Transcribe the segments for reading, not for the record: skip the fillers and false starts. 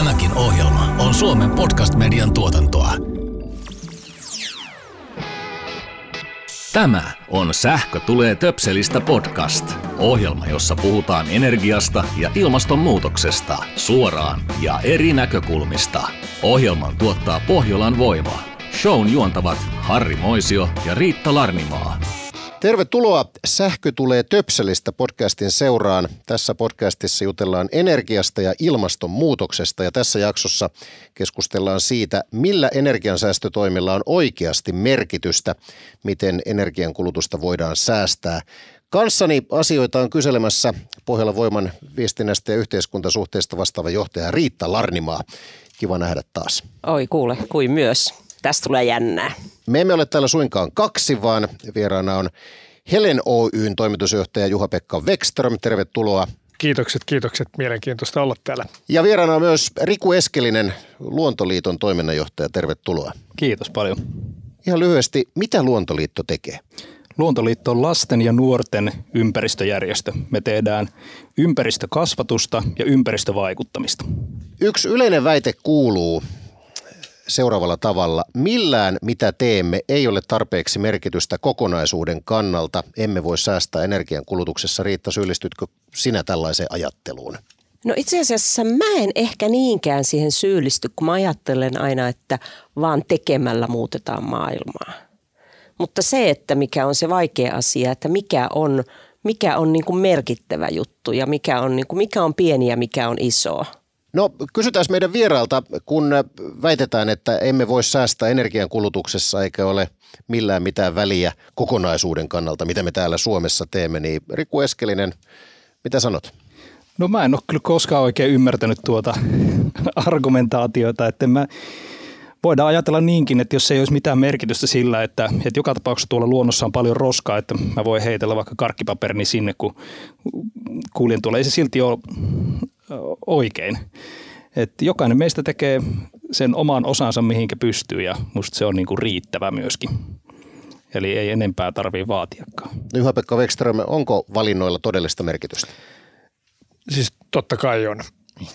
Tämäkin ohjelma on Suomen podcast-median tuotantoa. Tämä on Sähkö tulee töpselistä podcast. Ohjelma, jossa puhutaan energiasta ja ilmastonmuutoksesta suoraan ja eri näkökulmista. Ohjelman tuottaa Pohjolan Voima. Shown juontavat Harri Moisio ja Riitta Larnimaa. Tervetuloa Sähkö tulee töpselistä podcastin seuraan. Tässä podcastissa jutellaan energiasta ja ilmastonmuutoksesta ja tässä jaksossa keskustellaan siitä, millä energiansäästötoimilla on oikeasti merkitystä, miten energiankulutusta voidaan säästää. Kanssani asioita on kyselemässä Pohjolan Voiman viestinnästä ja yhteiskuntasuhteista vastaava johtaja Riitta Larnimaa. Kiva nähdä taas. Oi kuule, kuin myös. Tästä tulee jännää. Me emme ole täällä suinkaan kaksi, vaan vieraana on Helen Oyn toimitusjohtaja Juha-Pekka Wexström. Tervetuloa. Kiitokset. Mielenkiintoista olla täällä. Ja vieraana on myös Riku Eskelinen, Luontoliiton toiminnanjohtaja. Tervetuloa. Kiitos paljon. Ihan lyhyesti, mitä Luontoliitto tekee? Luontoliitto on lasten ja nuorten ympäristöjärjestö. Me tehdään ympäristökasvatusta ja ympäristövaikuttamista. Yksi yleinen väite kuuluu seuraavalla tavalla. Millään, mitä teemme, ei ole tarpeeksi merkitystä kokonaisuuden kannalta. Emme voi säästää energian kulutuksessa. Riitta, syyllistytkö sinä tällaiseen ajatteluun? No itse asiassa mä en ehkä niinkään siihen syyllisty, kun mä ajattelen aina, että vaan tekemällä muutetaan maailmaa. Mutta se, että mikä on se vaikea asia, että mikä on niin kuin merkittävä juttu ja mikä on pieni ja mikä on iso. No kysytään meidän vierailta, kun väitetään, että emme voi säästää energian kulutuksessa eikä ole millään mitään väliä kokonaisuuden kannalta, mitä me täällä Suomessa teemme, niin Riku Eskelinen, mitä sanot? No mä en ole kyllä koskaan oikein ymmärtänyt tuota argumentaatiota, että voidaan ajatella niinkin, että jos ei olisi mitään merkitystä sillä, että joka tapauksessa tuolla luonnossa on paljon roskaa, että mä voin heitellä vaikka karkkipaperini sinne, kun kuljen tuolla, ei se silti ole oikein. Että jokainen meistä tekee sen oman osansa, mihinkä pystyy ja musta se on niinku riittävä myöskin. Eli ei enempää tarvitse vaatiakaan. Juha-Pekka Wexström, onko valinnoilla todellista merkitystä? Siis totta kai on.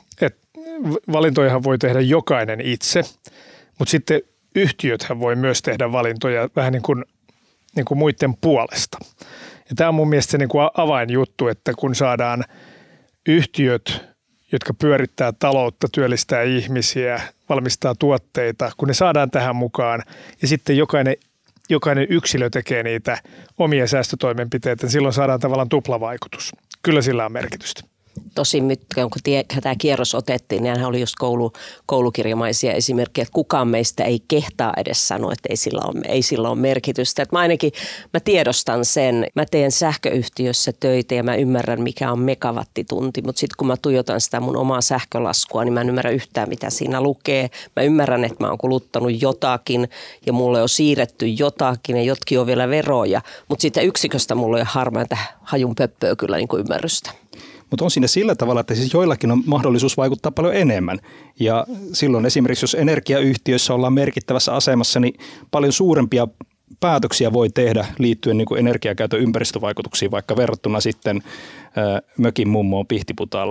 Valintojahan voi tehdä jokainen itse, mutta sitten yhtiöthän voi myös tehdä valintoja vähän niin kuin muiden puolesta. Ja tämä on mun mielestä se niin kuin avainjuttu, että kun saadaan yhtiöt, jotka pyörittää taloutta, työllistää ihmisiä, valmistaa tuotteita, kun ne saadaan tähän mukaan ja sitten jokainen yksilö tekee niitä omia säästötoimenpiteitä, niin silloin saadaan tavallaan tuplavaikutus. Kyllä sillä on merkitystä. Tosin nyt, kun tämä kierros otettiin, niin oli just koulukirjamaisia esimerkkejä, että kukaan meistä ei kehtaa edes sanoa, että ei sillä ole merkitystä. Että mä tiedostan sen, mä teen sähköyhtiössä töitä ja mä ymmärrän, mikä on megawattitunti, mutta sitten kun mä tuijotan sitä mun omaa sähkölaskua, niin mä en ymmärrä yhtään, mitä siinä lukee. Mä ymmärrän, että mä oon kuluttanut jotakin ja mulle on siirretty jotakin ja jotkin on vielä veroja, mutta siitä yksiköstä mulla on harmainta hajun pöppöä kyllä niin kuin ymmärrystä. Mutta on siinä sillä tavalla, että siis joillakin on mahdollisuus vaikuttaa paljon enemmän. Ja silloin esimerkiksi, jos energiayhtiöissä ollaan merkittävässä asemassa, niin paljon suurempia päätöksiä voi tehdä liittyen niin kuin energiakäytön ympäristövaikutuksiin, vaikka verrattuna sitten mökin mummoon Pihtiputaalla.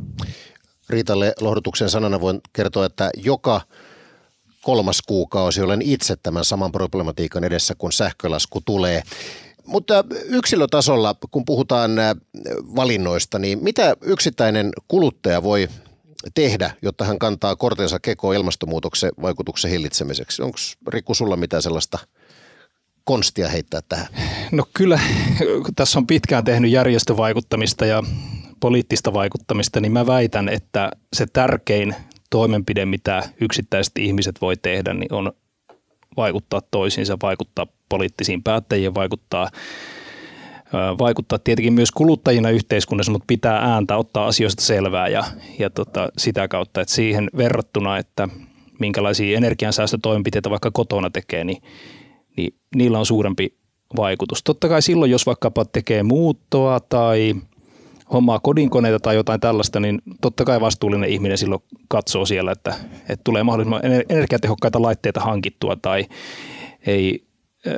Riitalle lohdutuksen sanana voin kertoa, että joka 3. kuukausi olen itse tämän saman problematiikan edessä, kun sähkölasku tulee. Mutta yksilötasolla, kun puhutaan valinnoista, niin mitä yksittäinen kuluttaja voi tehdä, jotta hän kantaa kortensa kekoon ilmastonmuutoksen vaikutuksen hillitsemiseksi? Onko Riku sulla mitään sellaista konstia heittää tähän? No kyllä, tässä on pitkään tehnyt järjestövaikuttamista ja poliittista vaikuttamista, niin mä väitän, että se tärkein toimenpide, mitä yksittäiset ihmiset voi tehdä, niin on vaikuttaa toisiinsa, vaikuttaa poliittisiin päättäjiin, vaikuttaa tietenkin myös kuluttajina yhteiskunnassa, mutta pitää ääntä, ottaa asioista selvää ja sitä kautta, että siihen verrattuna, että minkälaisia energiansäästötoimenpiteitä vaikka kotona tekee, niin niillä on suurempi vaikutus. Totta kai silloin, jos vaikkapa tekee muuttoa tai hommaa kodinkoneita tai jotain tällaista, niin totta kai vastuullinen ihminen silloin katsoo siellä, että tulee mahdollisimman energiatehokkaita laitteita hankittua tai ei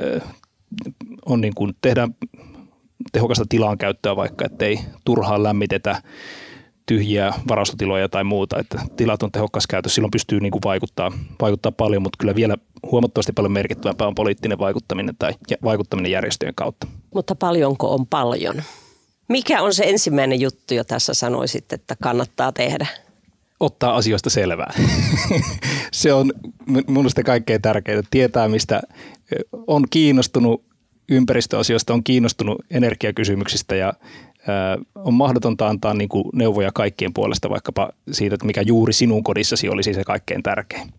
on niin kuin tehdään tehokasta tilankäyttöä vaikka, ettei turhaan lämmitetä tyhjiä varastotiloja tai muuta, että tilat on tehokas käytös. Silloin pystyy niin kuin vaikuttaa paljon, mutta kyllä vielä huomattavasti paljon merkittävämpää on poliittinen vaikuttaminen tai vaikuttaminen järjestöjen kautta. Mutta paljonko on paljon? Mikä on se ensimmäinen juttu, jota tässä sanoisit, että kannattaa tehdä? Ottaa asioista selvää. Se on minusta kaikkein tärkeintä. Tietää, mistä on kiinnostunut ympäristöasioista, on kiinnostunut energiakysymyksistä ja on mahdotonta antaa niin kuin neuvoja kaikkien puolesta, vaikkapa siitä, että mikä juuri sinun kodissasi olisi se kaikkein tärkein.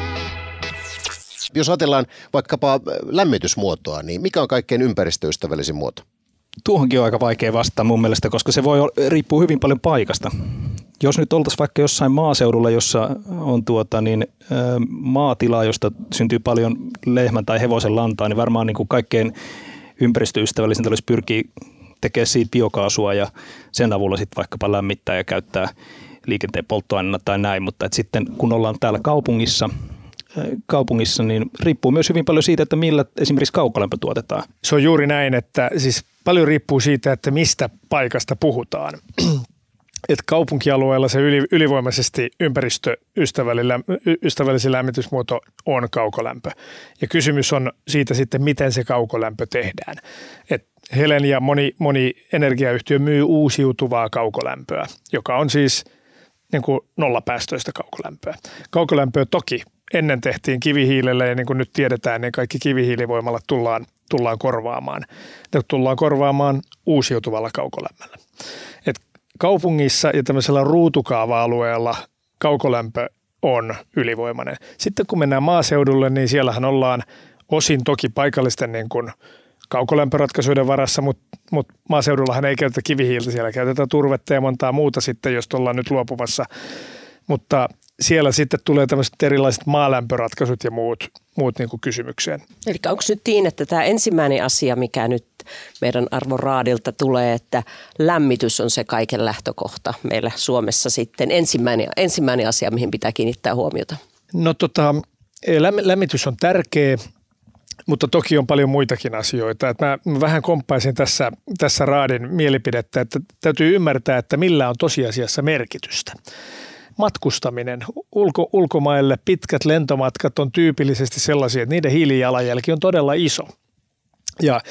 Jos ajatellaan vaikkapa lämmitysmuotoa, niin mikä on kaikkein ympäristöystävällisin muoto? Tuohonkin on aika vaikea vastata mun mielestä, koska se riippuu hyvin paljon paikasta. Jos nyt oltaisiin vaikka jossain maaseudulla, jossa on maatilaa, josta syntyy paljon lehmän tai hevosen lantaa, niin varmaan niin kuin kaikkein ympäristöystävällisintä olisi pyrkiä tekemään siitä biokaasua ja sen avulla sitten vaikkapa lämmittää ja käyttää liikenteen polttoaineena tai näin. Mutta sitten kun ollaan täällä kaupungissa, niin riippuu myös hyvin paljon siitä, että millä esimerkiksi kaukolämpö tuotetaan. Se on juuri näin, että siis paljon riippuu siitä, että mistä paikasta puhutaan. Että kaupunkialueella se ylivoimaisesti ympäristöystävällisin lämmitysmuoto on kaukolämpö. Ja kysymys on siitä sitten, miten se kaukolämpö tehdään. Et Helen ja moni energiayhtiö myy uusiutuvaa kaukolämpöä, joka on siis niin kuin nollapäästöistä kaukolämpöä. Kaukolämpöä toki ennen tehtiin kivihiilellä ja niin kuin nyt tiedetään, niin kaikki kivihiilivoimalat tullaan korvaamaan. Ne tullaan korvaamaan uusiutuvalla kaukolämmöllä. Et kaupungissa ja tämmöisellä ruutukaava-alueella kaukolämpö on ylivoimainen. Sitten kun mennään maaseudulle, niin siellähän ollaan osin toki paikallisten niin kuin kaukolämpöratkaisuiden varassa, mutta maaseudullahan ei käytetä kivihiiltä, siellä käytetään turvetta ja montaa muuta sitten, jos ollaan nyt luopumassa. Mutta siellä sitten tulee tämmöiset erilaiset maalämpöratkaisut ja muut niin kuin kysymykseen. Eli onko nyt niin, että tämä ensimmäinen asia, mikä nyt meidän Arvon Raadilta tulee, että lämmitys on se kaiken lähtökohta meillä Suomessa sitten ensimmäinen asia, mihin pitää kiinnittää huomiota? No lämmitys on tärkeä, mutta toki on paljon muitakin asioita. Että mä vähän komppaisin tässä Raadin mielipidettä, että täytyy ymmärtää, että millä on tosiasiassa merkitystä. Matkustaminen ulkomaille, pitkät lentomatkat on tyypillisesti sellaisia, että niiden hiilijalanjälki on todella iso. Ja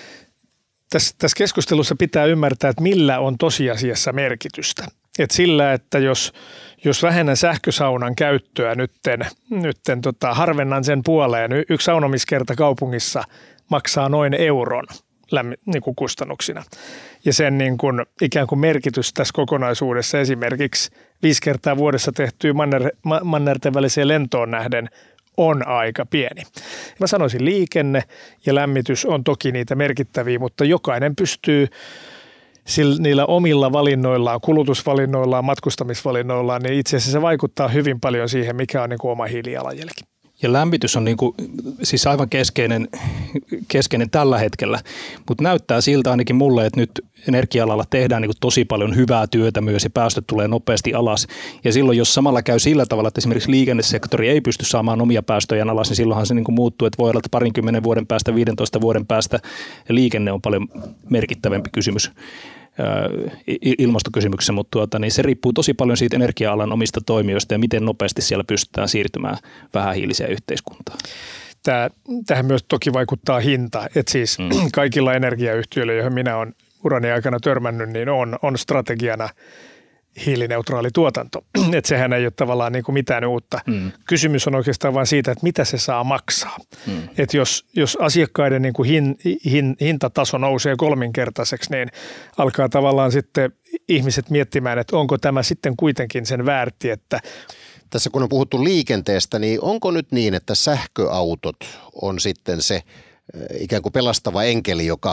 tässä keskustelussa pitää ymmärtää, että millä on tosiasiassa merkitystä. Että sillä, että jos vähennän sähkösaunan käyttöä nytten harvennan sen puoleen, yksi saunomiskerta kaupungissa maksaa noin euron niin kuin kustannuksina. Ja sen niin kuin, ikään kuin merkitys tässä kokonaisuudessa esimerkiksi 5 kertaa vuodessa tehtyä mannerten väliseen lentoon nähden on aika pieni. Mä sanoisin, liikenne ja lämmitys on toki niitä merkittäviä, mutta jokainen pystyy niillä omilla valinnoillaan, kulutusvalinnoillaan, matkustamisvalinnoillaan, niin itse asiassa se vaikuttaa hyvin paljon siihen, mikä on niin kuin oma hiilijalanjälki. Ja lämmitys on siis aivan keskeinen tällä hetkellä, mutta näyttää siltä ainakin mulle, että nyt energia-alalla tehdään tosi paljon hyvää työtä myös ja päästöt tulee nopeasti alas. Ja silloin, jos samalla käy sillä tavalla, että esimerkiksi liikennesektori ei pysty saamaan omia päästöjään alas, niin silloinhan se muuttuu, että voi olla, että 20 vuoden päästä, 15 vuoden päästä liikenne on paljon merkittävämpi kysymys ilmastokysymyksessä, mutta niin se riippuu tosi paljon siitä energia-alan omista toimijoista ja miten nopeasti siellä pystytään siirtymään vähähiiliseen yhteiskuntaan. Tähän myös toki vaikuttaa hinta, että siis kaikilla energiayhtiöillä, joihin minä olen urani aikana törmännyt, niin on strategiana hiilineutraali tuotanto. Että sehän ei ole tavallaan niin kuin mitään uutta. Kysymys on oikeastaan vain siitä, että mitä se saa maksaa. Että jos asiakkaiden niin kuin hintataso nousee 3-kertaiseksi, niin alkaa tavallaan sitten ihmiset miettimään, että onko tämä sitten kuitenkin sen väärti, että tässä kun on puhuttu liikenteestä, niin onko nyt niin, että sähköautot on sitten se ikään kuin pelastava enkeli, joka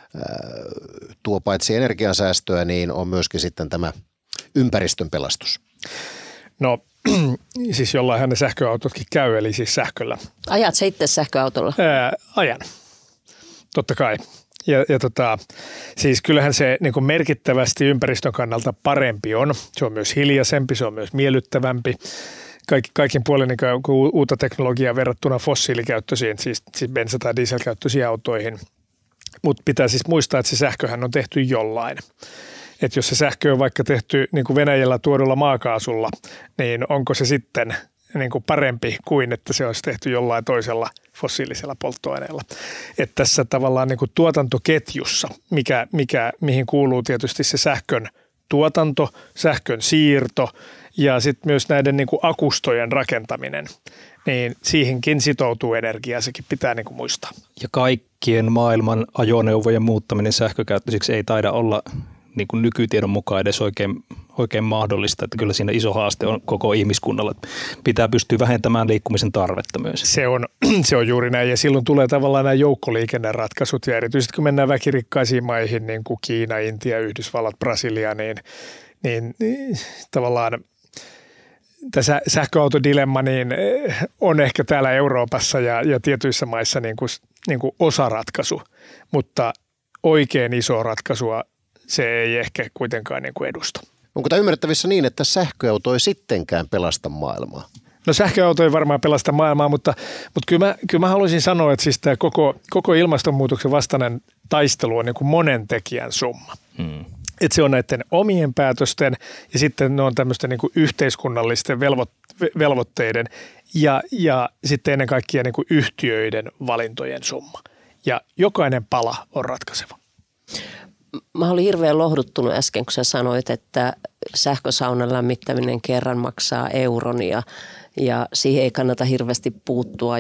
tuo paitsi energiansäästöä, niin on myöskin sitten tämä ympäristön pelastus? No siis jollainhan ne sähköautotkin käy, eli siis sähköllä. Ajat sä itse sähköautolla? Ajan, totta kai. Ja siis kyllähän se niin kuin merkittävästi ympäristön kannalta parempi on. Se on myös hiljaisempi, se on myös miellyttävämpi. Kaikin puolin niin kuin uutta teknologiaa verrattuna fossiilikäyttöisiin, siis bensa- tai dieselkäyttöisiin autoihin. Mutta pitää siis muistaa, että se sähköhän on tehty jollain. että jos se sähkö on vaikka tehty niin kuin Venäjällä tuodulla maakaasulla, niin onko se sitten niin kuin parempi kuin että se olisi tehty jollain toisella fossiilisella polttoaineella. Että tässä tavallaan niin kuin tuotantoketjussa, mihin kuuluu tietysti se sähkön tuotanto, sähkön siirto ja sitten myös näiden niin kuin akustojen rakentaminen, niin siihenkin sitoutuu energiaa, sekin pitää niin kuin muistaa. Ja kaikkien maailman ajoneuvojen muuttaminen sähkökäyttöisiksi ei taida olla niin kuin nykytiedon mukaan edes oikein mahdollista, että kyllä siinä iso haaste on koko ihmiskunnalla. Pitää pystyä vähentämään liikkumisen tarvetta myös. Se on juuri näin, ja silloin tulee tavallaan nämä joukkoliikenneratkaisut, ja erityisesti kun mennään väkirikkaisiin maihin, niin kuin Kiina, Intia, Yhdysvallat, Brasilia, niin tavallaan tämä sähköautodilemma niin on ehkä täällä Euroopassa ja tietyissä maissa niin kuin osaratkaisu, mutta oikein iso ratkaisua se ei ehkä kuitenkaan niin kuin edusta. Onko tämä ymmärrettävissä niin, että sähköauto ei sittenkään pelasta maailmaa? No sähköauto ei varmaan pelasta maailmaa, mutta kyllä mä haluaisin sanoa, että siis tämä koko ilmastonmuutoksen vastainen taistelu on niin kuin monen tekijän summa. Että se on näiden omien päätösten ja sitten ne on tämmöisten niin kuin yhteiskunnallisten velvoitteiden ja sitten ennen kaikkea niin kuin yhtiöiden valintojen summa. Ja jokainen pala on ratkaiseva. Mä olin hirveän lohduttunut äsken, kun sä sanoit, että sähkösaunan lämmittäminen kerran maksaa euron ja siihen ei kannata hirveästi puuttua,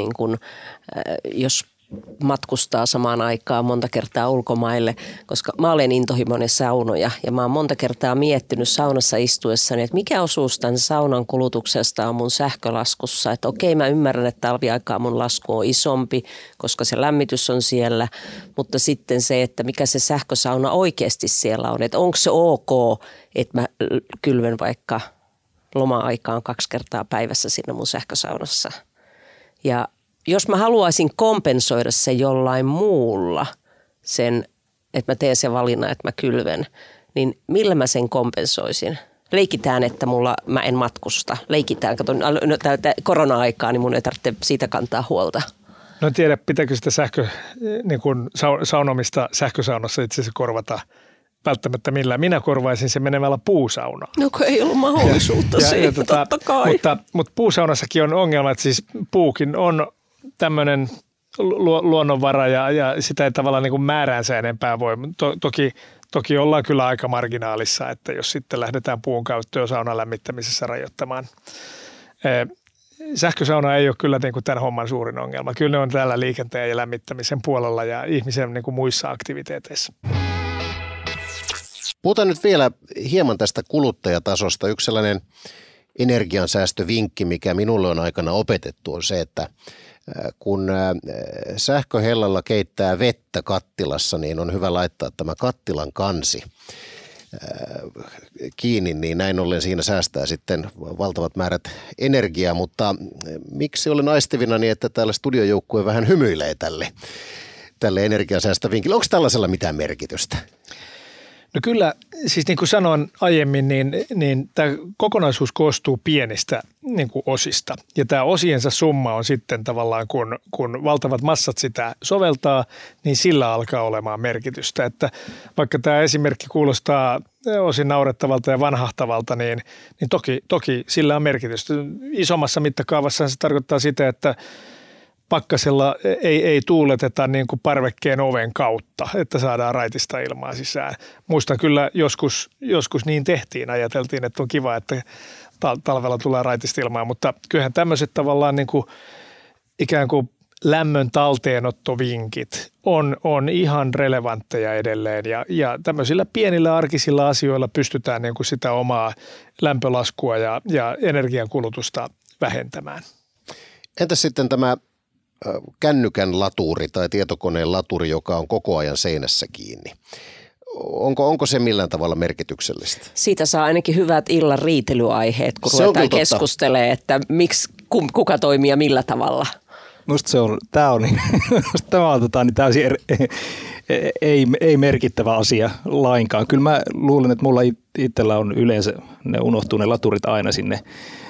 jos matkustaa samaan aikaan monta kertaa ulkomaille, koska mä olen intohimoinen saunoja ja mä oon monta kertaa miettinyt saunassa istuessani, että mikä osuus tämän saunan kulutuksesta on mun sähkölaskussa. Että okei, mä ymmärrän, että talviaikaa mun lasku on isompi, koska se lämmitys on siellä, mutta sitten se, että mikä se sähkösauna oikeasti siellä on, että onko se ok, että mä kylven vaikka loma-aikaan 2 kertaa päivässä siinä mun sähkösaunassa. Ja jos mä haluaisin kompensoida se jollain muulla, sen, että mä teen sen valinnan, että mä kylven, niin millä mä sen kompensoisin? Leikitään, että mä en matkusta. Leikitään, kato, korona-aikaa, niin mun ei tarvitse siitä kantaa huolta. No en tiedä, pitääkö sitä niin kuin saunomista sähkösaunassa itse asiassa korvata välttämättä millään. Minä korvaisin sen menemällä puusaunaan. No kun ei ollut mahdollisuutta siitä, totta kai. Mutta puusaunassakin on ongelma, että siis puukin on tämmöinen luonnonvara ja sitä ei tavallaan niin kuin määräänsä enempää voi. Toki ollaan kyllä aika marginaalissa, että jos sitten lähdetään puun käyttöön saunan lämmittämisessä rajoittamaan. Sähkösauna ei ole kyllä niin kuin tämän homman suurin ongelma. Kyllä ne on täällä liikenteen ja lämmittämisen puolella ja ihmisen niin kuin muissa aktiviteeteissa. Puhutaan nyt vielä hieman tästä kuluttajatasosta. Yksi sellainen energiansäästövinkki, mikä minulle on aikana opetettu, on se, että kun sähköhellalla keittää vettä kattilassa, niin on hyvä laittaa tämä kattilan kansi kiinni, niin näin ollen siinä säästää sitten valtavat määrät energiaa, mutta miksi olen aistivinani, että täällä studiojoukkue vähän hymyilee tälle energiansäästövinkille? Onko tällaisella mitään merkitystä? No kyllä, siis niin kuin sanoin aiemmin, niin tämä kokonaisuus koostuu pienistä niin kuin osista. Ja tämä osiensa summa on sitten tavallaan, kun valtavat massat sitä soveltaa, niin sillä alkaa olemaan merkitystä. Että vaikka tämä esimerkki kuulostaa osin naurettavalta ja vanhahtavalta, niin toki sillä on merkitystä. Isommassa mittakaavassa se tarkoittaa sitä, että pakkasella ei tuuleteta niin kuin parvekkeen oven kautta, että saadaan raitista ilmaa sisään. Muistan kyllä joskus niin tehtiin, ajateltiin, että on kiva, että talvella tulee raitista ilmaa, mutta kyllähän tämmöiset tavallaan niin kuin ikään kuin lämmön talteenottovinkit on ihan relevantteja edelleen ja tämmöisillä pienillä arkisilla asioilla pystytään niin kuin sitä omaa lämpölaskua ja energiankulutusta vähentämään. Entäs sitten tämä kännykän laturi tai tietokoneen laturi, joka on koko ajan seinässä kiinni? Onko se millään tavalla merkityksellistä? Siitä saa ainakin hyvät illan riitelyaiheet, kun ruvetaan keskustelemaan, että kuka toimii ja millä tavalla. Musta tämä on täysin ei merkittävä asia lainkaan. Kyllä mä luulen, että mulla itsellä on yleensä, ne unohtuu ne laturit aina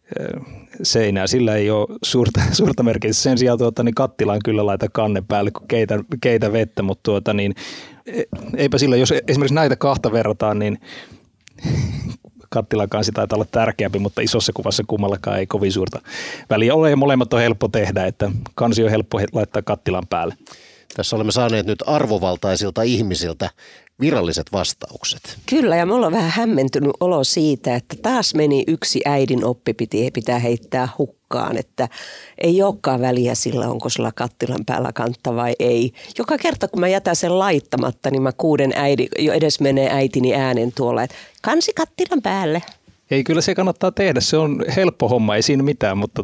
seinää. Sillä ei ole suurta merkitystä. Sen sijaan niin kattilaan kyllä laita kannen päälle, kun keitä vettä, mutta eipä sillä, jos esimerkiksi näitä kahta verrataan, niin kattilan kansi taitaa olla tärkeämpi, mutta isossa kuvassa kummallakaan ei kovin suurta väliä ole ja molemmat on helppo tehdä, että kansi on helppo laittaa kattilan päälle. Tässä olemme saaneet nyt arvovaltaisilta ihmisiltä viralliset vastaukset. Kyllä, ja mulla on vähän hämmentynyt olo siitä, että taas meni yksi äidin oppi, pitää heittää hukkaan, että ei olekaan väliä sillä, onko sillä kattilan päällä kantta vai ei. Joka kerta, kun mä jätän sen laittamatta, niin mä kuuden jo edes menee äitini äänen tuolla, että kansi kattilan päälle. Ei, kyllä se kannattaa tehdä, se on helppo homma, ei siinä mitään, mutta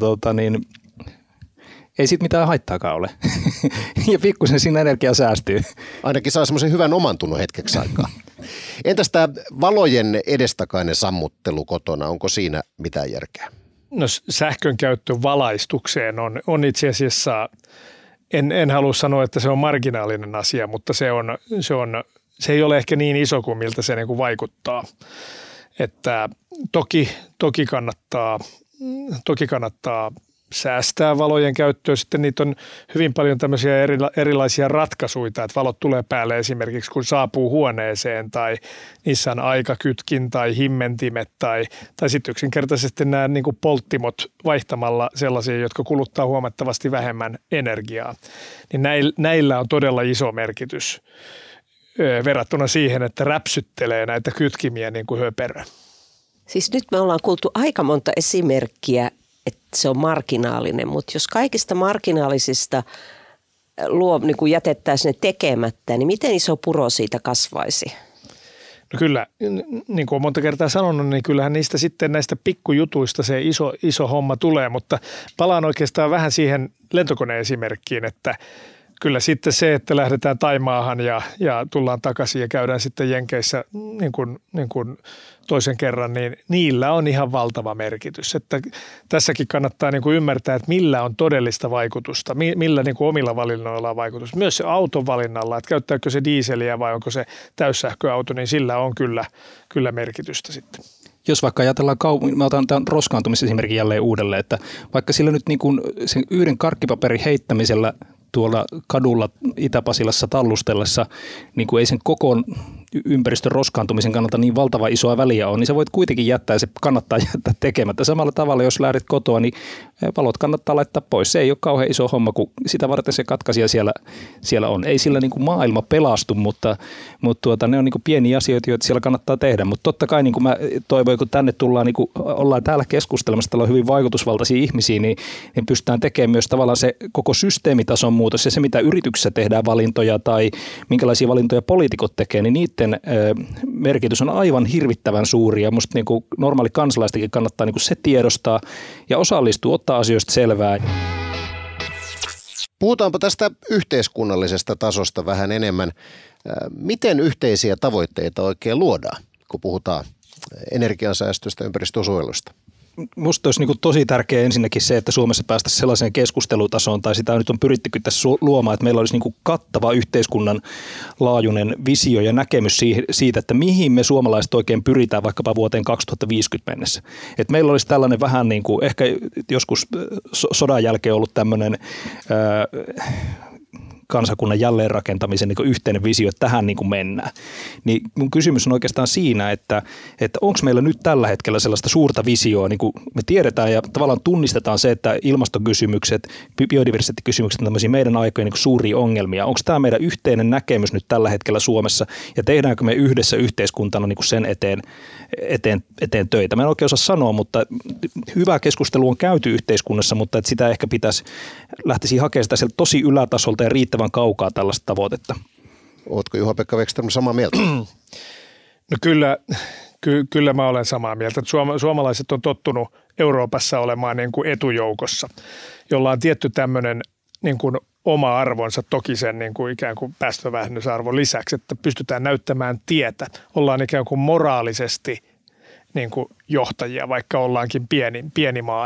ei siitä mitään haittaakaan ole. Ja pikkusen siinä energiaa säästyy. Ainakin saa semmoisen hyvän omantunnon hetkeksi aikaa. Entäs tämä valojen edestakainen sammuttelu kotona, onko siinä mitään järkeä? No sähkön käyttö valaistukseen on itse asiassa, en halua sanoa, että se on marginaalinen asia, mutta se ei ole ehkä niin iso kuin miltä se niin kuin vaikuttaa. Että toki kannattaa säästää valojen käyttöä. Sitten niitä on hyvin paljon tämmöisiä erilaisia ratkaisuja, että valot tulee päälle esimerkiksi kun saapuu huoneeseen tai niissä on aikakytkin tai himmentimet tai sitten yksinkertaisesti nämä niin kuin polttimot vaihtamalla sellaisia, jotka kuluttaa huomattavasti vähemmän energiaa. Niin näillä on todella iso merkitys verrattuna siihen, että räpsyttelee näitä kytkimiä niin kuin höperö. Siis nyt me ollaan kuultu aika monta esimerkkiä, että se on marginaalinen, mutta jos kaikista marginaalisista niin kun jätettäisiin ne tekemättä, niin miten iso puro siitä kasvaisi? No kyllä, niin kuin olen monta kertaa sanonut, niin kyllähän niistä sitten näistä pikkujutuista se iso homma tulee, mutta palaan oikeastaan vähän siihen lentokoneesimerkkiin, että kyllä sitten se, että lähdetään Taimaahan ja tullaan takaisin ja käydään sitten Jenkeissä niin kuin toisen kerran, niin niillä on ihan valtava merkitys. Että tässäkin kannattaa niin kuin ymmärtää, että millä on todellista vaikutusta, millä niin kuin omilla valinnoilla on vaikutus. Myös se auton valinnalla, että käyttääkö se diiseliä vai onko se täyssähköauto, niin sillä on kyllä merkitystä sitten. Jos vaikka ajatellaan, mä otan tämän roskaantumisesimerkin jälleen uudelleen, että vaikka sillä nyt niin kuin sen yhden karkkipaperin heittämisellä tuolla kadulla Itä-Pasilassa tallustellessa, niin kuin ei sen koko ympäristön roskaantumisen kannalta niin valtava isoa väliä on, niin sä voit kuitenkin jättää, se kannattaa jättää tekemättä. Samalla tavalla, jos lähdet kotoa, niin valot kannattaa laittaa pois. Se ei ole kauhean iso homma, kun sitä varten se katkaisija siellä on. Ei sillä niin kuin maailma pelastu, mutta ne on niin kuin pieniä asioita, joita siellä kannattaa tehdä. Mutta totta kai niin kuin mä toivon, kun tänne tullaan, niin kuin ollaan täällä keskustelemassa, täällä on hyvin vaikutusvaltaisia ihmisiä, niin pystytään tekemään myös tavallaan se koko systeemitason muutos ja se, mitä yrityksissä tehdään valintoja tai minkälaisia valintoja poliitikot tekee, niin niiden merkitys on aivan hirvittävän suuri ja musta niin kuin normaali kansalaistakin kannattaa niin kuin se tiedostaa ja osallistua, ottaa asioista selvää. Puhutaanpa tästä yhteiskunnallisesta tasosta vähän enemmän. Miten yhteisiä tavoitteita oikein luodaan, kun puhutaan energiansäästöstä ja ympäristönsuojelusta? Musta olisi niin tosi tärkeää ensinnäkin se, että Suomessa päästäisiin sellaiseen keskustelutasoon, tai sitä nyt on pyrittykin tässä luomaan, että meillä olisi niin kattava yhteiskunnan laajuinen visio ja näkemys siitä, että mihin me suomalaiset oikein pyritään vaikkapa vuoteen 2050 mennessä. Että meillä olisi tällainen vähän niin kuin, ehkä joskus sodan jälkeen ollut tämmöinen kansakunnan jälleenrakentamisen niin yhteinen visio, että tähän niin kuin mennään. Niin mun kysymys on oikeastaan siinä, että onko meillä nyt tällä hetkellä sellaista suurta visioa, niin kuin me tiedetään ja tavallaan tunnistetaan se, että ilmastokysymykset, biodiversiteettikysymykset on tämmöisiä meidän aikojen niin kuin suuria ongelmia. Onko tämä meidän yhteinen näkemys nyt tällä hetkellä Suomessa ja tehdäänkö me yhdessä yhteiskuntana niin kuin sen eteen töitä? Mä en oikein osaa sanoa, mutta hyvä keskustelu on käyty yhteiskunnassa, mutta että sitä ehkä pitäisi lähtisi hakemaan sitä sieltä tosi ylätasolta ja riittävän kaukaa tällaista tavoitetta. Ootko Juha-Pekka Wexström samaa mieltä? No kyllä mä olen samaa mieltä. Suomalaiset on tottunut Euroopassa olemaan niin kuin etujoukossa, jolla on tietty tämmöinen niin kuin oma arvonsa, toki sen niin kuin ikään kuin päästövähennysarvon lisäksi, että pystytään näyttämään tietä. Ollaan ikään kuin moraalisesti niin kuin johtajia, vaikka ollaankin pieni maa.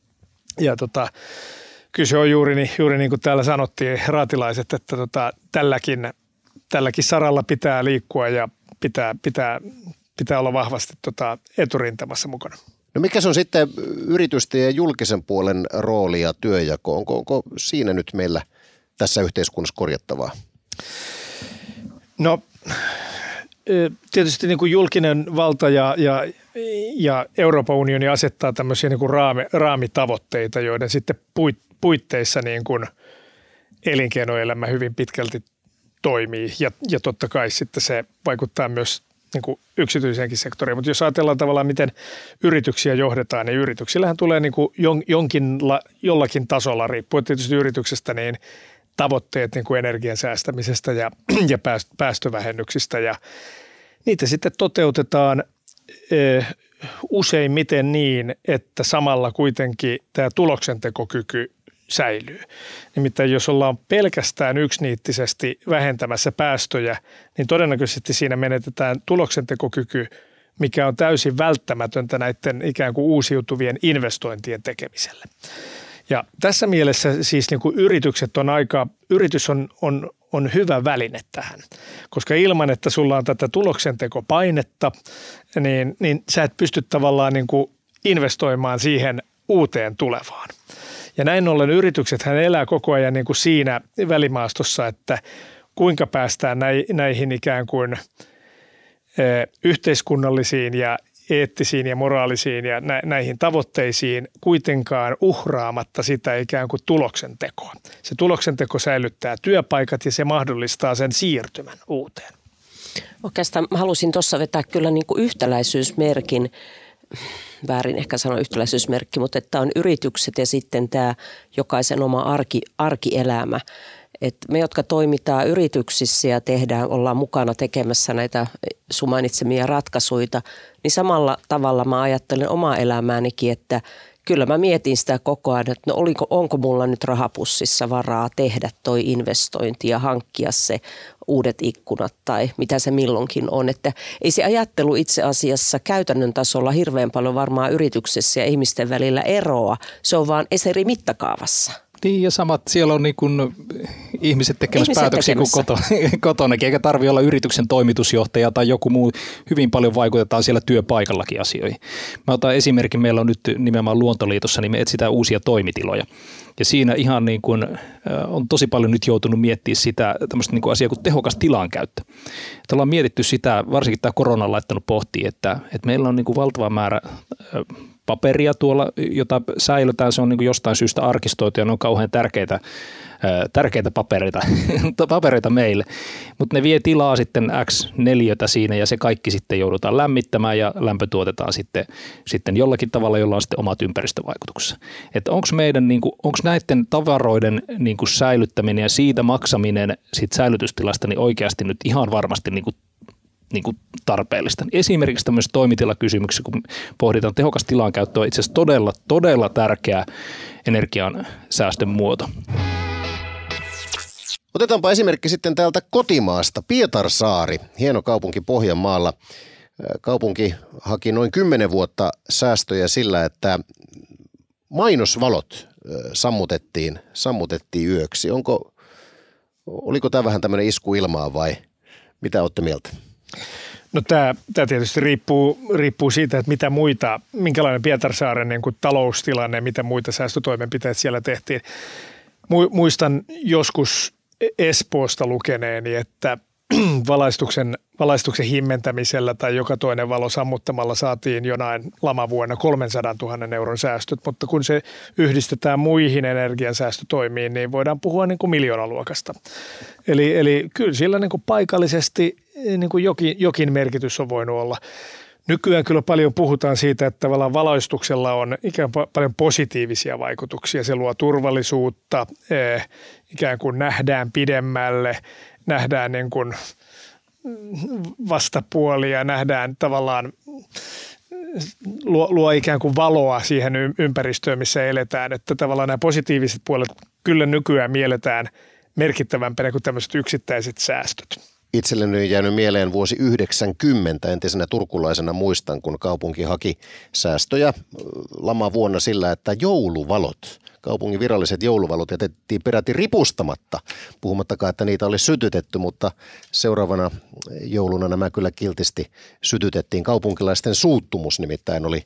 Kyllä se on juuri niin kuin täällä sanottiin, raatilaiset, että tälläkin saralla pitää liikkua ja pitää olla vahvasti eturintamassa mukana. No mikä se on sitten yritysten ja julkisen puolen rooli ja työnjako? Onko siinä nyt meillä tässä yhteiskunnassa korjattavaa? No tietysti niin kuin julkinen valta ja Euroopan unioni asettaa tämmöisiä niin kuin raamitavoitteita, joiden sitten puitteissa niin kuin elinkeinoelämä hyvin pitkälti toimii ja totta kai sitten se vaikuttaa myös niin kuin yksityiseenkin sektoriin. Mutta jos ajatellaan tavallaan, miten yrityksiä johdetaan, niin yrityksillähän tulee niin kuin jollakin tasolla, riippuen tietysti yrityksestä, niin tavoitteet niin kuin energian säästämisestä ja päästövähennyksistä ja niitä sitten toteutetaan useimmiten niin, että samalla kuitenkin tämä tuloksentekokyky säilyy. Nimittäin jos ollaan pelkästään yksiniittisesti vähentämässä päästöjä, niin todennäköisesti siinä menetetään tuloksentekokyky, mikä on täysin välttämätöntä näiden ikään kuin uusiutuvien investointien tekemiselle. Ja tässä mielessä siis niin kuin yritys on hyvä väline tähän, koska ilman, että sulla on tätä tuloksentekopainetta, niin sä et pysty tavallaan niin kuin investoimaan siihen uuteen tulevaan. Ja näin ollen yrityksethän elää koko ajan niin kuin siinä välimaastossa, että kuinka päästään näihin ikään kuin yhteiskunnallisiin ja eettisiin ja moraalisiin ja näihin tavoitteisiin kuitenkaan uhraamatta sitä ikään kuin tuloksentekoa. Se tuloksenteko säilyttää työpaikat ja se mahdollistaa sen siirtymän uuteen. Oikeastaan mä halusin tuossa vetää kyllä niin kuin yhtäläisyysmerkin, väärin ehkä sanoa yhtäläisyysmerkki, mutta että on yritykset ja sitten tämä jokaisen oma arkielämä. Et me, jotka toimitaan yrityksissä ja ollaan mukana tekemässä näitä sun mainitsemia ratkaisuja, niin samalla tavalla mä ajattelen omaa elämäänikin, että kyllä mä mietin sitä koko ajan, että onko mulla nyt rahapussissa varaa tehdä toi investointi ja hankkia se uudet ikkunat tai mitä se milloinkin on. Että ei se ajattelu itse asiassa käytännön tasolla hirveän paljon varmaan yrityksessä ja ihmisten välillä eroa. Se on vaan eri mittakaavassa. Niin ja samat, siellä on niin kuin ihmiset tekemässä päätöksiä kuin kotonakin, eikä tarvitse olla yrityksen toimitusjohtaja tai joku muu. Hyvin paljon vaikutetaan siellä työpaikallakin asioihin. Mä otan esimerkin, meillä on nyt nimenomaan Luontoliitossa, niin me etsitään uusia toimitiloja. Ja siinä ihan niin kuin on tosi paljon nyt joutunut miettimään sitä tämmöistä niin kuin asiaa kuin tehokas tilankäyttö. Että ollaan mietitty sitä, varsinkin tämä korona on laittanut pohtiin, että meillä on niin kuin valtava määrä paperia tuolla, jota säilytään, se on niin kuin jostain syystä arkistoitu ja ne on kauhean tärkeitä papereita meille, mutta ne vie tilaa sitten X4 siinä ja se kaikki sitten joudutaan lämmittämään ja lämpö tuotetaan sitten jollakin tavalla, jolla on sitten omat ympäristövaikutuksensa. Että onko näiden tavaroiden niin kuin säilyttäminen ja siitä maksaminen siitä säilytystilasta niin oikeasti nyt ihan varmasti niin kuin tarpeellista. Esimerkiksi tämmöisessä toimitilakysymyksessä, kun pohditaan tehokas tilankäyttö, on itse asiassa todella, todella tärkeä energian säästön muoto. Otetaanpa esimerkki sitten täältä kotimaasta. Pietarsaari, hieno kaupunki Pohjanmaalla. Kaupunki haki noin 10 vuotta säästöjä sillä, että mainosvalot sammutettiin yöksi. Oliko tämä vähän tämmöinen isku ilmaan vai mitä olette mieltä? No tämä tietysti riippuu siitä, että minkälainen Pietarsaaren niin kuin taloustilanne ja mitä muita säästötoimenpiteitä siellä tehtiin. Muistan joskus Espoosta lukeneeni, että valaistuksen himmentämisellä tai joka toinen valo sammuttamalla saatiin jonain lamavuonna 300 000 euron säästöt, mutta kun se yhdistetään muihin energiansäästötoimiin, niin voidaan puhua niin kuin miljoonaluokasta. Eli kyllä sillä niin kuin paikallisesti niin kuin jokin merkitys on voinut olla. Nykyään kyllä paljon puhutaan siitä, että tavallaan valaistuksella on ikään paljon positiivisia vaikutuksia. Se luo turvallisuutta, ikään kuin nähdään pidemmälle, nähdään niin kuin vastapuolia, nähdään tavallaan, luo ikään kuin valoa siihen ympäristöön, missä eletään. Että tavallaan nämä positiiviset puolet kyllä nykyään mielletään merkittävämpänä kuin tämmöiset yksittäiset säästöt. Itselleni on jäänyt mieleen vuosi 1990, entisenä turkulaisena muistan, kun kaupunki haki säästöjä lamavuonna sillä, että kaupungin viralliset jouluvalot jätettiin peräti ripustamatta, puhumattakaan, että niitä oli sytytetty, mutta seuraavana jouluna nämä kyllä kiltisti sytytettiin. Kaupunkilaisten suuttumus nimittäin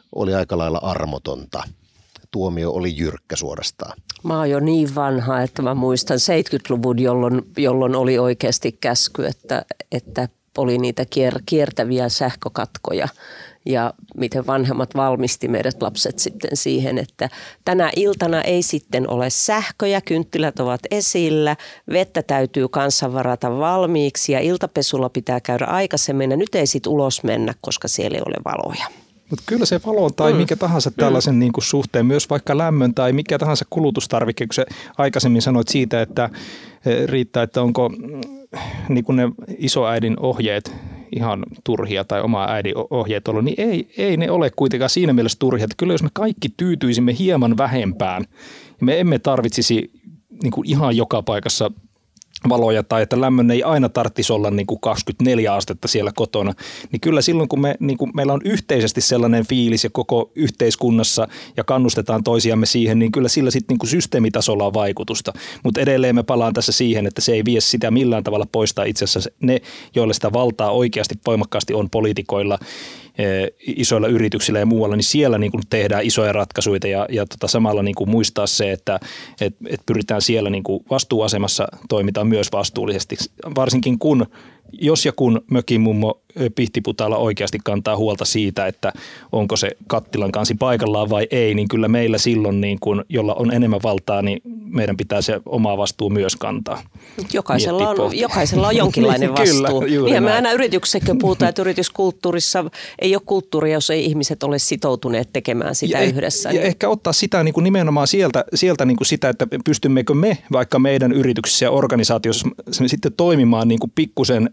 oli aika lailla armotonta. Tuomio oli jyrkkä suorastaan. Mä oon jo niin vanha, että mä muistan 70-luvun, jolloin oli oikeasti käsky, että oli niitä kiertäviä sähkökatkoja. Ja miten vanhemmat valmisti meidät lapset sitten siihen, että tänä iltana ei sitten ole sähköjä, kynttilät ovat esillä, vettä täytyy kanssa varata valmiiksi ja iltapesulla pitää käydä aikaisemmin ja nyt ei sitten ulos mennä, koska siellä ei ole valoja. Mutta kyllä se valo tai mikä tahansa tällaisen niin kuin suhteen, myös vaikka lämmön tai mikä tahansa kulutustarvike, kun sä aikaisemmin sanoit siitä, että riittää, että onko niin kuin ne isoäidin ohjeet ihan turhia tai oma äidin ohjeet ollut, niin ei ne ole kuitenkaan siinä mielessä turhia. Että kyllä jos me kaikki tyytyisimme hieman vähempään, me emme tarvitsisi niin kuin ihan joka paikassa valoja tai että lämmön ei aina tarvitsisi olla niin kuin 24 astetta siellä kotona, niin kyllä silloin kun meillä on yhteisesti sellainen fiilis ja koko yhteiskunnassa ja kannustetaan toisiamme siihen, niin kyllä sillä sitten niin kuin systeemitasolla on vaikutusta. Mutta edelleen me palaan tässä siihen, että se ei vie sitä millään tavalla poistaa itse asiassa ne, joille sitä valtaa oikeasti voimakkaasti on poliitikoilla, isoilla yrityksillä ja muualla, niin siellä niin kuin tehdään isoja ratkaisuja ja samalla niin kuin muistaa se, että pyritään siellä niin kuin vastuuasemassa toimitaan myös vastuullisesti, varsinkin jos ja kun mökin mummo Pihtiputaalla oikeasti kantaa huolta siitä, että onko se kattilan kansi paikallaan vai ei, niin kyllä meillä silloin, niin kun, jolla on enemmän valtaa, niin meidän pitää se oma vastuu myös kantaa. Jokaisella on jonkinlainen vastuu. Kyllä, me aina yrityksessäkin puhutaan, että yrityskulttuurissa ei ole kulttuuria, jos ei ihmiset ole sitoutuneet tekemään sitä yhdessä. Ja ehkä ottaa sitä niin kuin nimenomaan sieltä niin kuin sitä, että pystymmekö me vaikka meidän yrityksissä ja organisaatiossa sitten toimimaan niin kuin pikkusen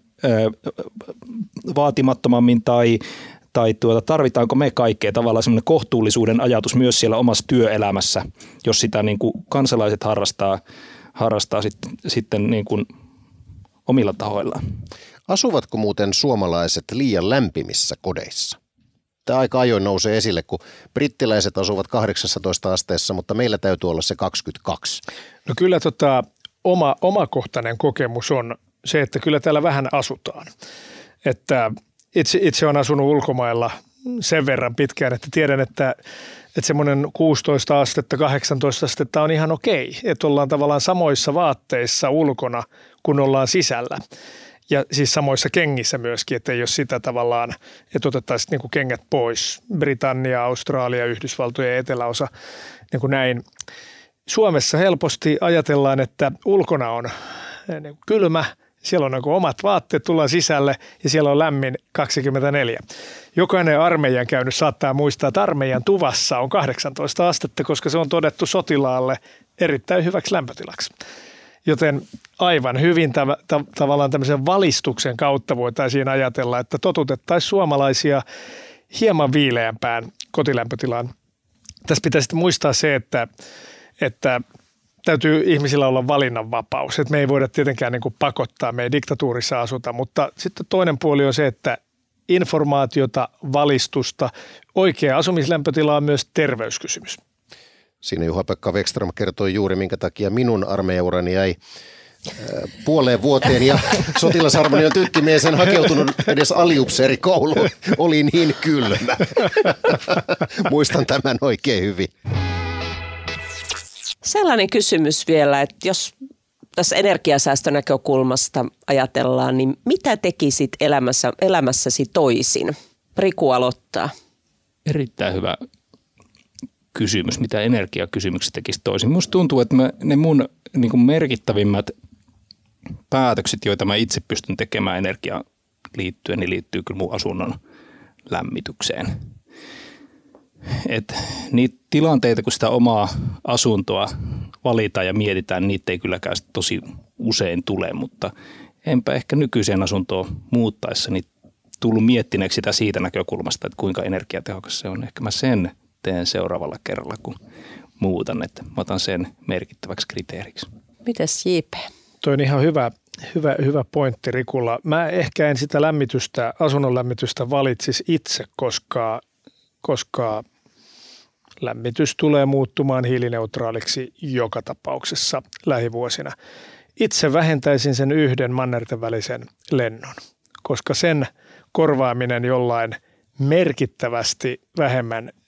vaatimattomammin tai tarvitaanko me kaikkea tavallaan semmoinen kohtuullisuuden ajatus myös siellä omassa työelämässä, jos sitä niin kuin kansalaiset harrastaa sitten niin kuin omilla tahoillaan. Asuvatko muuten suomalaiset liian lämpimissä kodeissa? Tämä aika ajoin nousee esille, kun brittiläiset asuvat 18 asteessa, mutta meillä täytyy olla se 22. No kyllä omakohtainen kokemus on se, että kyllä täällä vähän asutaan. Että itse olen asunut ulkomailla sen verran pitkään, että tiedän, että semmoinen 16 astetta, 18 astetta on ihan okei. Että ollaan tavallaan samoissa vaatteissa ulkona, kun ollaan sisällä. Ja siis samoissa kengissä myöskin, että ei ole sitä tavallaan, että otettaisiin niin kuin kengät pois. Britannia, Australia, Yhdysvaltojen eteläosa, niin kuin näin. Suomessa helposti ajatellaan, että ulkona on niin kylmä, siellä on niin kuin omat vaatteet, tullaan sisälle ja siellä on lämmin 24. Jokainen armeijan käynyt saattaa muistaa, että armeijan tuvassa on 18 astetta, koska se on todettu sotilaalle erittäin hyväksi lämpötilaksi. Joten aivan hyvin tavallaan tämmöisen valistuksen kautta voitaisiin ajatella, että totutettaisiin suomalaisia hieman viileämpään kotilämpötilaan. Tässä pitäisi muistaa se, että täytyy ihmisillä olla valinnanvapaus. Että me ei voida tietenkään niin kuin pakottaa, me ei diktatuurissa asuta, mutta sitten toinen puoli on se, että informaatiota, valistusta, oikea asumislämpötila on myös terveyskysymys. Siinä Juha-Pekka Wexström kertoi juuri, minkä takia minun armeijaurani jäi puoleen vuoteen ja sotilasarmeijan tykkimies en hakeutunut edes aliupseerikouluun. Oli niin kylmä. Muistan tämän oikein hyvin. Sellainen kysymys vielä, että jos tässä energiasäästönäkökulmasta ajatellaan, niin mitä tekisit elämässäsi toisin? Riku aloittaa. Erittäin hyvä kysymys, mitä energiakysymykset tekisi toisin. Minusta tuntuu, että ne mun niin kuin merkittävimmät päätökset, joita mä itse pystyn tekemään energiaan liittyen, niin liittyy kyllä mun asunnon lämmitykseen. Et niitä tilanteita, kun sitä omaa asuntoa valitaan ja mietitään, niitä ei kylläkään tosi usein tule, mutta enpä ehkä nykyiseen asuntoon muuttaessa niin tullut miettineeksi sitä siitä näkökulmasta, että kuinka energiatehokas se on. Ehkä mä sen teen seuraavalla kerralla, kun muutan, että mä otan sen merkittäväksi kriteeriksi. Mites JP? Toi on ihan hyvä pointti Rikulla. Mä ehkä en sitä asunnon lämmitystä valitsisi itse, koska lämmitys tulee muuttumaan hiilineutraaliksi joka tapauksessa lähivuosina. Itse vähentäisin sen yhden mannerten välisen lennon, koska sen korvaaminen jollain merkittävästi vähemmän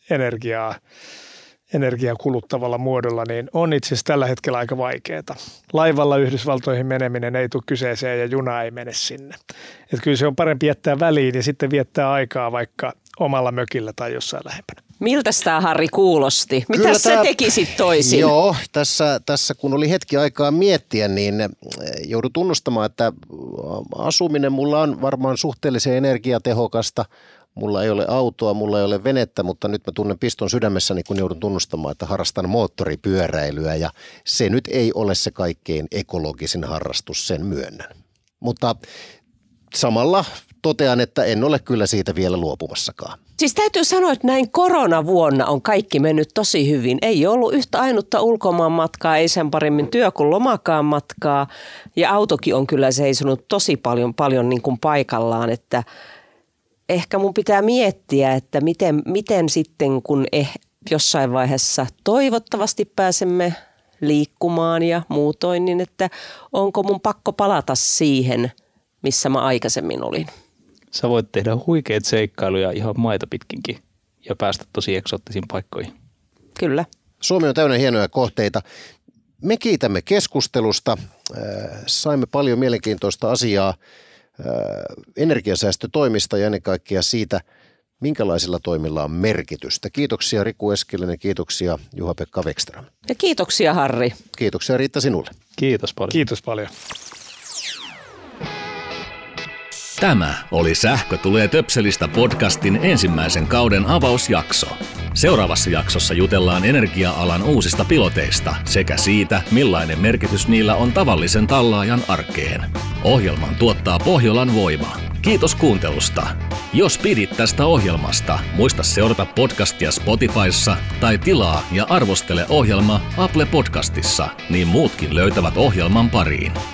energiaa kuluttavalla muodolla, niin on itse asiassa tällä hetkellä aika vaikeaa. Laivalla Yhdysvaltoihin meneminen ei tule kyseeseen ja juna ei mene sinne. Et kyllä se on parempi jättää väliin ja sitten viettää aikaa vaikka omalla mökillä tai jossain lähempänä. Miltä tämä, Harri, kuulosti? Mitä sä tekisit toisin? Joo, tässä kun oli hetki aikaa miettiä, niin joudun tunnustamaan, että asuminen mulla on varmaan suhteellisen energiatehokasta. Mulla ei ole autoa, mulla ei ole venettä, mutta nyt mä tunnen piston sydämessäni, kun joudun tunnustamaan, että harrastan moottoripyöräilyä ja se nyt ei ole se kaikkein ekologisin harrastus, sen myönnän. Mutta samalla totean, että en ole kyllä siitä vielä luopumassakaan. Siis täytyy sanoa, että näin koronavuonna on kaikki mennyt tosi hyvin. Ei ollut yhtä ainutta ulkomaan matkaa, ei sen paremmin työ- kuin lomakaan matkaa. Ja autokin on kyllä seisonut tosi paljon niin kuin paikallaan, että ehkä mun pitää miettiä, että miten sitten, kun jossain vaiheessa toivottavasti pääsemme liikkumaan ja muutoin, niin että onko mun pakko palata siihen, missä mä aikaisemmin olin. Sä voit tehdä huikeat seikkailuja ihan maita pitkinkin ja päästä tosi eksoottisiin paikkoihin. Kyllä. Suomi on täynnä hienoja kohteita. Me kiitämme keskustelusta. Saimme paljon mielenkiintoista asiaa energiasäästötoimista ja ennen kaikkea siitä, minkälaisilla toimilla on merkitystä. Kiitoksia Riku Eskelinen, kiitoksia Juha-Pekka Wexström. Ja kiitoksia, Harri. Kiitoksia Riitta sinulle. Kiitos paljon. Kiitos paljon. Tämä oli Sähkö tulee töpselistä podcastin ensimmäisen kauden avausjakso. Seuraavassa jaksossa jutellaan energia-alan uusista piloteista sekä siitä, millainen merkitys niillä on tavallisen tallaajan arkeen. Ohjelman tuottaa Pohjolan Voima. Kiitos kuuntelusta. Jos pidit tästä ohjelmasta, muista seurata podcastia Spotifyssa tai tilaa ja arvostele ohjelma Apple Podcastissa, niin muutkin löytävät ohjelman pariin.